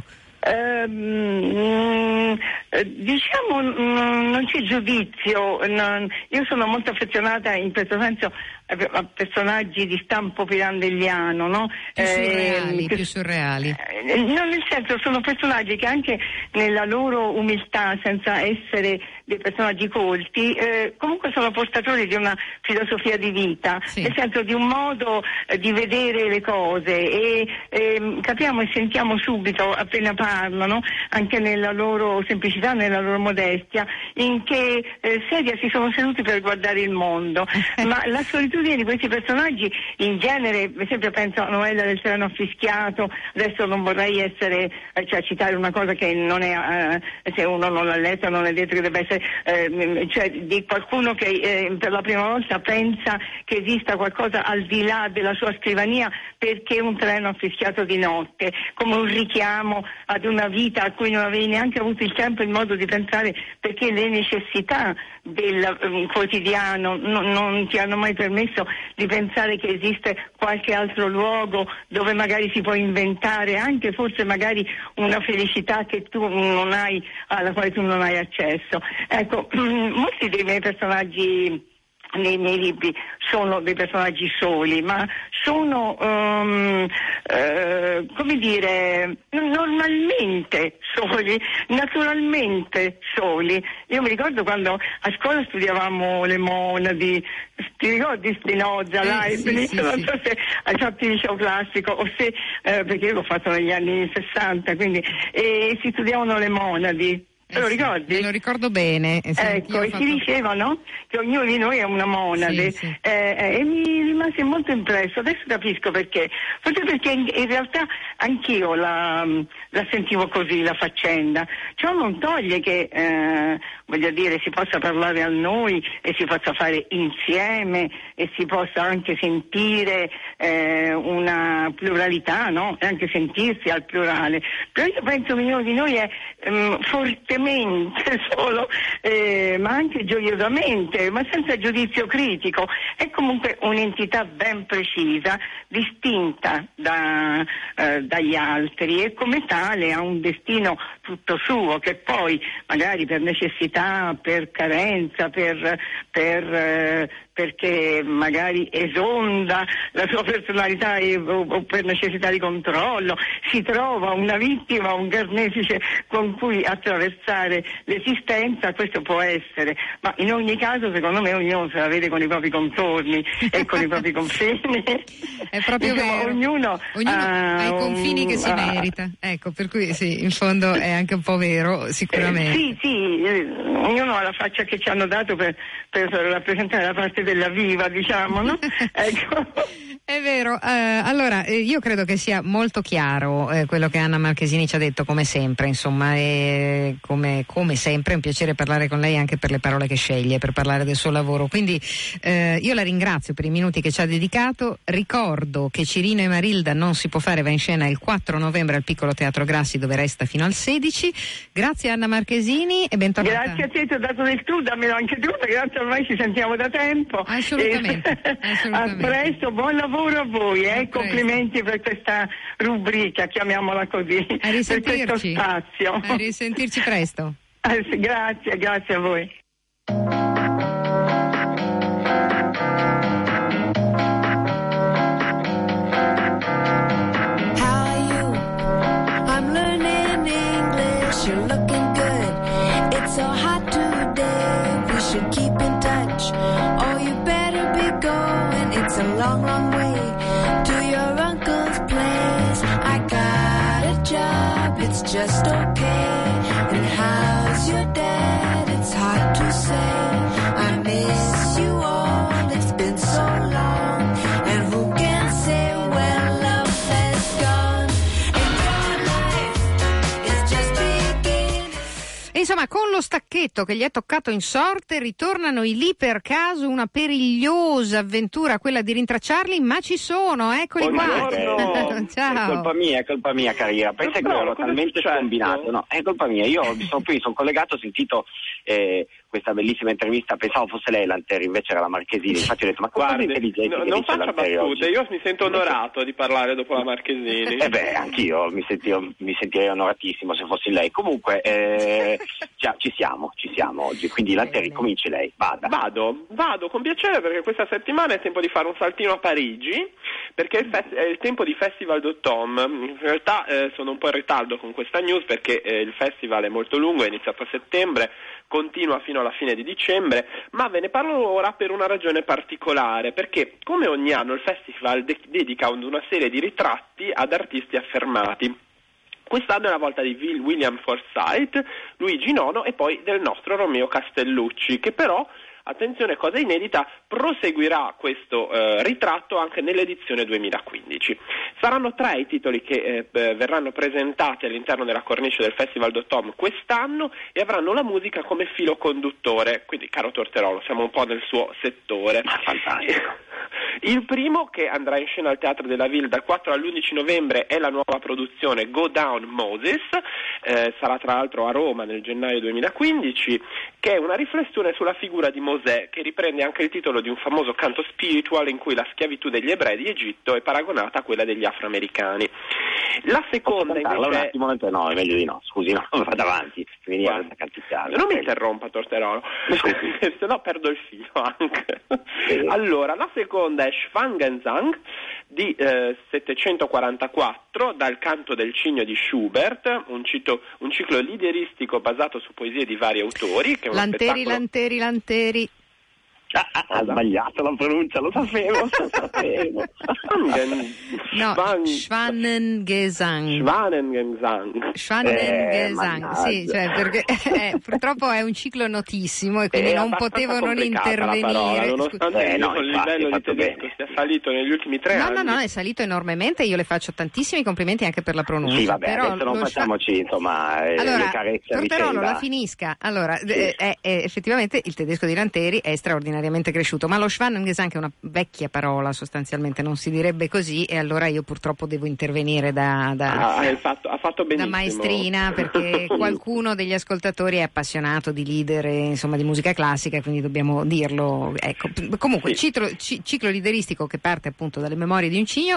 Diciamo non c'è giudizio, io sono molto affezionata in questo senso a personaggi di stampo pirandelliano, no? Più surreali. No, nel senso sono personaggi che anche nella loro umiltà, senza essere dei personaggi colti, comunque sono portatori di una filosofia di vita, nel senso di un modo di vedere le cose e capiamo e sentiamo subito appena parlano, anche nella loro semplicità, nella loro modestia, in che sedia si sono seduti per guardare il mondo. Ma la solitudine di questi personaggi in genere, per esempio penso a Noella del Treno Affischiato, adesso non vorrei essere citare una cosa che non è se uno non l'ha letta non è detto che debba essere cioè di qualcuno che per la prima volta pensa che esista qualcosa al di là della sua scrivania perché un treno affischiato di notte, come un richiamo ad una vita a cui non avevi neanche avuto il tempo e il modo di pensare, perché le necessità del quotidiano non ti hanno mai permesso di pensare che esiste qualche altro luogo dove magari si può inventare anche forse magari una felicità che tu non hai, alla quale tu non hai accesso. Ecco, molti dei miei personaggi nei miei libri sono dei personaggi soli, ma sono come dire normalmente soli, naturalmente soli. Io mi ricordo quando a scuola studiavamo le monadi, ti ricordi Spinoza, Leibniz, non so se hai fatto il liceo classico o se perché io l'ho fatto negli anni 60, quindi si studiavano le monadi. Te lo ricordi? Me lo ricordo bene. Ecco, e si diceva, no? Che ognuno di noi è una monade. E mi rimase molto impresso. Adesso capisco perché. Forse perché in realtà anch'io la sentivo così, la faccenda. Ciò non toglie che, voglio dire, si possa parlare a noi e si possa fare insieme e si possa anche sentire una pluralità, no? E anche sentirsi al plurale. Però io penso che ognuno di noi è fortemente solo, ma anche gioiosamente, ma senza giudizio critico, è comunque un'entità ben precisa, distinta dagli altri e come tale ha un destino tutto suo, che poi magari per necessità, per carenza, perché magari esonda la sua personalità o per necessità di controllo, si trova una vittima, un carnefice con cui attraversare l'esistenza, questo può essere, ma in ogni caso secondo me ognuno se la vede con i propri contorni e con i propri confini. È proprio vero. Ognuno ha i confini che si merita, ecco, per cui sì, in fondo è anche un po' vero, sicuramente. Ognuno ha la faccia che ci hanno dato per rappresentare la parte della viva, diciamo, no? Ecco. È vero, allora io credo che sia molto chiaro quello che Anna Marchesini ci ha detto, come sempre, insomma, e come sempre è un piacere parlare con lei anche per le parole che sceglie per parlare del suo lavoro, quindi io la ringrazio per i minuti che ci ha dedicato. Ricordo che Cirino e Marilda non si può fare, va in scena il 4 novembre al Piccolo Teatro Grassi, dove resta fino al 16. Grazie Anna Marchesini e bentornata. Grazie a te, ti ho dato del tu, dammelo anche tu, perché tanto ormai ci sentiamo da tempo. Assolutamente. A presto, buon lavoro a voi, complimenti per questa rubrica, chiamiamola così, per questo spazio. A risentirci presto. Grazie a voi. How are you? I'm learning English, you're looking good. It's so hot today, we should keep in touch. Oh, you better be going, it's a long, long way to your uncle's place. I got a job, it's just okay. And how's your dad? It's hard to say. I miss you all, it's been so long. And who can say when love has gone? And your life is just beginning. Insomma, con lo stacchetto che gli è toccato in sorte ritornano i lì per caso, una perigliosa avventura quella di rintracciarli, ma ci sono, eccoli qua. Ciao. È colpa mia carriera, pensa che ero talmente scombinato, no, è colpa mia, io mi sono collegato, ho sentito questa bellissima intervista, pensavo fosse lei Lanteri, invece era la Marchesini, infatti ho detto ma quanto intelligente che non dice faccia Lanteri battute, oggi. io mi sento onorato di parlare dopo la Marchesini. Anch'io mi sentirei onoratissimo se fossi lei. Comunque ci siamo oggi, quindi Lanteri cominci lei, Vado con piacere, perché questa settimana è tempo di fare un saltino a Parigi, perché è il tempo di Festival.com. In realtà sono un po' in ritardo con questa news, perché il festival è molto lungo, è iniziato a settembre, continua fino alla fine di dicembre, ma ve ne parlo ora per una ragione particolare, perché come ogni anno il festival dedica una serie di ritratti ad artisti affermati. Quest'anno è la volta di William Forsythe, Luigi Nono e poi del nostro Romeo Castellucci, che però, attenzione, cosa inedita, proseguirà questo ritratto anche nell'edizione 2015. Saranno 3 i titoli che verranno presentati all'interno della cornice del Festival.com quest'anno e avranno la musica come filo conduttore, quindi caro Torterolo, siamo un po' nel suo settore. Fantastico. Il primo, che andrà in scena al Teatro della Ville dal 4 all'11 novembre, è la nuova produzione Go Down Moses, sarà tra l'altro a Roma nel gennaio 2015, che è una riflessione sulla figura di Mosè, che riprende anche il titolo di un famoso canto spiritual in cui la schiavitù degli ebrei di Egitto è paragonata a quella degli afroamericani. La seconda invece un attimo, no, è meglio di no, scusi, no, vado avanti, non mi interrompa Torterolo, se no perdo il filo anche. Allora, la seconda è Schwangensang di 744, dal canto del cigno di Schubert, un ciclo lideristico basato su poesie di vari autori. Che è Lanteri. Ha sbagliato la pronuncia, lo sapevo. Schwanengesang, sì, cioè perché purtroppo è un ciclo notissimo e quindi non potevo non intervenire. Parola, nonostante il livello di tedesco sia salito negli ultimi 3 anni. No, è salito enormemente, io le faccio tantissimi complimenti anche per la pronuncia. Sì, vabbè, però adesso non facciamoci, le carezze a vicenda. La finisca. Allora, effettivamente il tedesco di Lanteri è straordinariamente cresciuto, ma lo Schwanengesang è una vecchia parola, sostanzialmente non si direbbe così, e allora io purtroppo devo intervenire ha fatto benissimo. Da maestrina, perché qualcuno degli ascoltatori è appassionato di leader, insomma, di musica classica, quindi dobbiamo dirlo. Ecco. Comunque, sì. Ciclo lideristico che parte appunto dalle memorie di un cigno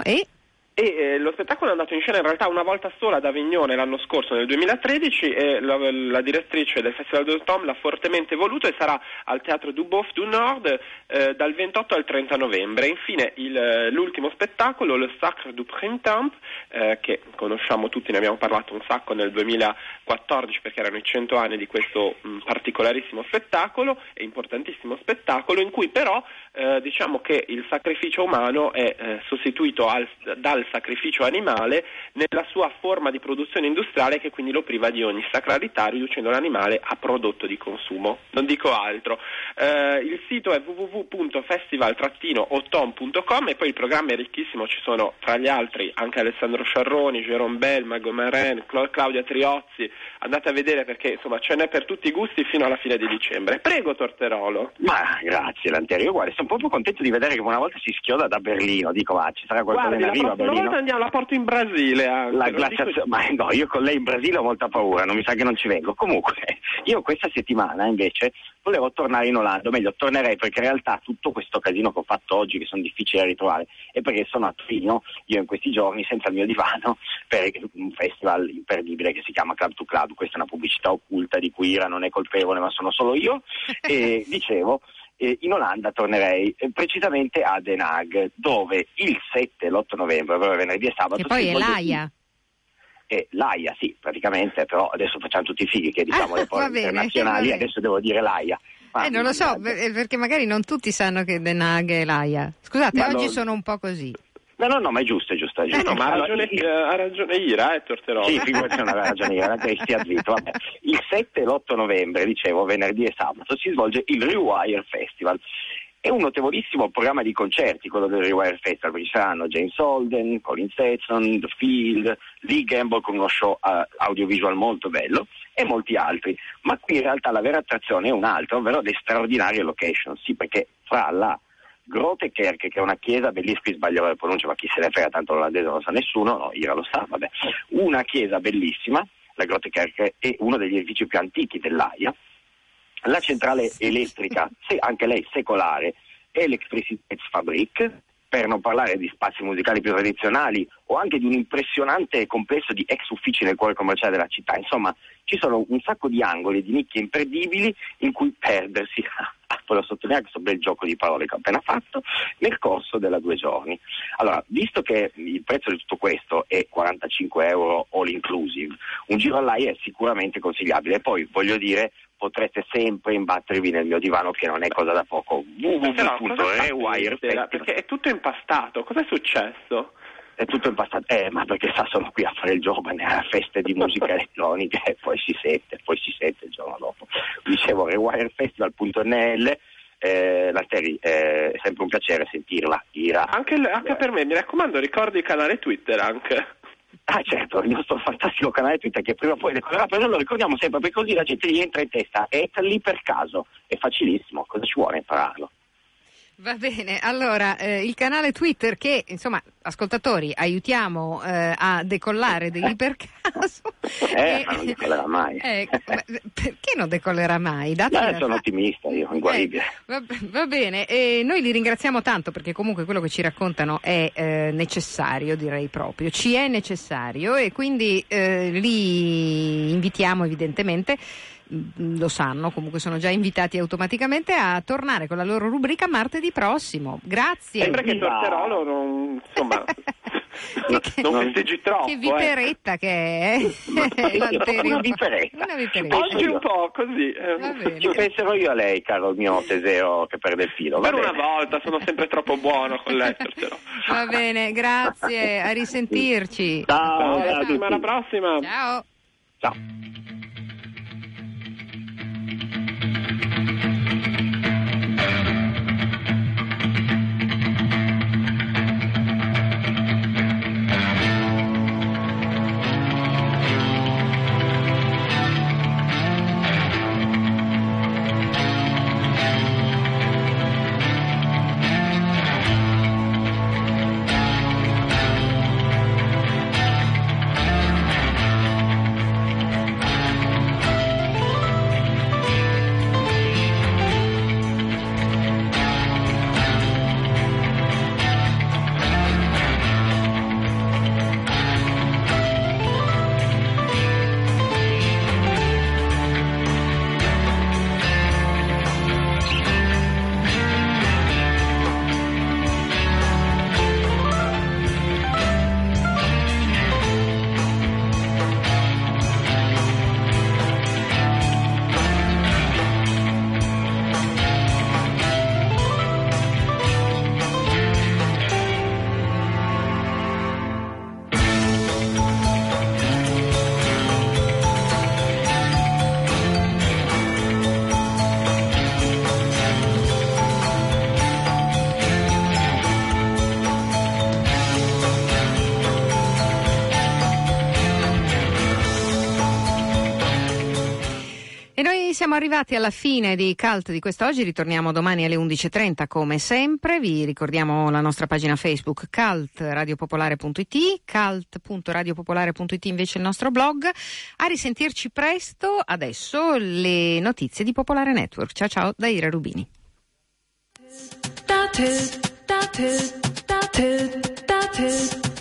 E lo spettacolo è andato in scena in realtà una volta sola ad Avignone l'anno scorso, nel 2013, e la direttrice del Festival.com l'ha fortemente voluto e sarà al Teatro du Boeuf du Nord dal 28 al 30 novembre. Infine l'ultimo spettacolo, Le Sacre du Printemps, che conosciamo tutti, ne abbiamo parlato un sacco nel 2014 perché erano i 100 anni di questo particolarissimo spettacolo e importantissimo spettacolo, in cui però diciamo che il sacrificio umano è sostituito dal sacrificio animale nella sua forma di produzione industriale, che quindi lo priva di ogni sacralità, riducendo l'animale a prodotto di consumo. Non dico altro. Il sito è www.festival-automne.com e poi il programma è ricchissimo, ci sono tra gli altri anche Alessandro Sciarroni, Jérôme Bell, Mago Marin, Claudia Triozzi. Andate a vedere perché insomma ce n'è per tutti i gusti fino alla fine di dicembre. Prego Torterolo. Ma grazie Lanteri, io guarda, sono proprio contento di vedere che una volta si schioda da Berlino, dico ci sarà qualcosa in arrivo a Berlino. La porto in Brasile anche. La glaciazione, ma no, io con lei in Brasile ho molta paura, non mi sa che non ci vengo. Comunque, io questa settimana invece volevo tornare in Olanda, o meglio tornerei, perché in realtà tutto questo casino che ho fatto oggi, che sono difficili da ritrovare, è perché sono a Torino, io in questi giorni, senza il mio divano, per un festival imperdibile che si chiama Club to Club. Questa è una pubblicità occulta di cui Ira non è colpevole, ma sono solo io, e dicevo, in Olanda tornerei precisamente a Den Haag, dove il 7 e l'8 novembre, venerdì e sabato, e poi è l'AIA. L'AIA, sì, praticamente, però adesso facciamo tutti i fighi che diciamo le poi internazionali, adesso devo dire l'AIA. Non lo so, perché magari non tutti sanno che Den Haag è l'AIA. Scusate, oggi sono un po' così. No, ma è giusto. No, ma ha ragione Ira, Torterolo. Sì, figurati, non aveva ragione Ira, che stia zitto. Vabbè. Il 7 e l'8 novembre, dicevo, venerdì e sabato, si svolge il Rewire Festival. È un notevolissimo programma di concerti, quello del Rewire Festival, perché ci saranno James Holden, Colin Stetson, The Field, Lee Gamble con uno show audiovisual molto bello e molti altri. Ma qui in realtà la vera attrazione è un'altra, ovvero le straordinarie location. Sì, perché fra la Grote Kerk, che è una chiesa bellissima, qui sbaglierò le pronunce, ma chi se ne frega, tanto l'olandese non lo sa nessuno, no, Ira lo sa, vabbè. Una chiesa bellissima, la Grote Kerk, è uno degli edifici più antichi dell'AIA, la centrale elettrica, anche lei secolare, Elektricitätsfabrik, per non parlare di spazi musicali più tradizionali o anche di un impressionante complesso di ex uffici nel cuore commerciale della città. Insomma, ci sono un sacco di angoli, di nicchie imperdibili in cui perdersi, voglio sottolineare questo bel gioco di parole che ho appena fatto, nel corso della 2 giorni. Allora, visto che il prezzo di tutto questo è 45 euro all inclusive, un giro all'AI è sicuramente consigliabile. Poi, voglio dire, potrete sempre imbattervi nel mio divano, che non è cosa da poco. www.rewire.it. Perché è tutto impastato, cos'è successo? È tutto impastato, ma perché sta solo qui a fare il giovane a feste di musica elettronica e poi si sente il giorno dopo. Dicevo, rewirefestival.nl. La Terry, è sempre un piacere sentirla. Anche per me, mi raccomando, ricordi il canale Twitter anche. Ah certo, il nostro fantastico canale Twitter che prima o poi decollerà, però noi lo ricordiamo sempre perché così la gente gli entra in testa. È lì per caso, è facilissimo, cosa ci vuole impararlo? Va bene, allora il canale Twitter che, insomma, ascoltatori, aiutiamo a decollare degli per caso. Ma non decollerà mai. Perché non decollerà mai? Sono ottimista, io, inguaribile. Va bene, noi li ringraziamo tanto perché comunque quello che ci raccontano è necessario, direi proprio, ci è necessario, e quindi li invitiamo evidentemente, lo sanno, comunque sono già invitati automaticamente a tornare con la loro rubrica martedì prossimo. Grazie. Sembra che torterò loro, insomma, non festeggi troppo. Che viperetta che è. Una viperetta. Oggi un po' così. Ci penserò io a lei, caro mio tesero che perde il filo. Per una volta, sono sempre troppo buono con lei. Va bene, grazie, a risentirci. Ciao, alla settimana prossima. Ciao. Ciao. Siamo arrivati alla fine di Cult di quest'oggi, ritorniamo domani alle 11.30 come sempre. Vi ricordiamo la nostra pagina Facebook cultradiopopolare.it, cult.radiopopolare.it invece il nostro blog. A risentirci presto, adesso le notizie di Popolare Network. Ciao ciao da Ira Rubini. That is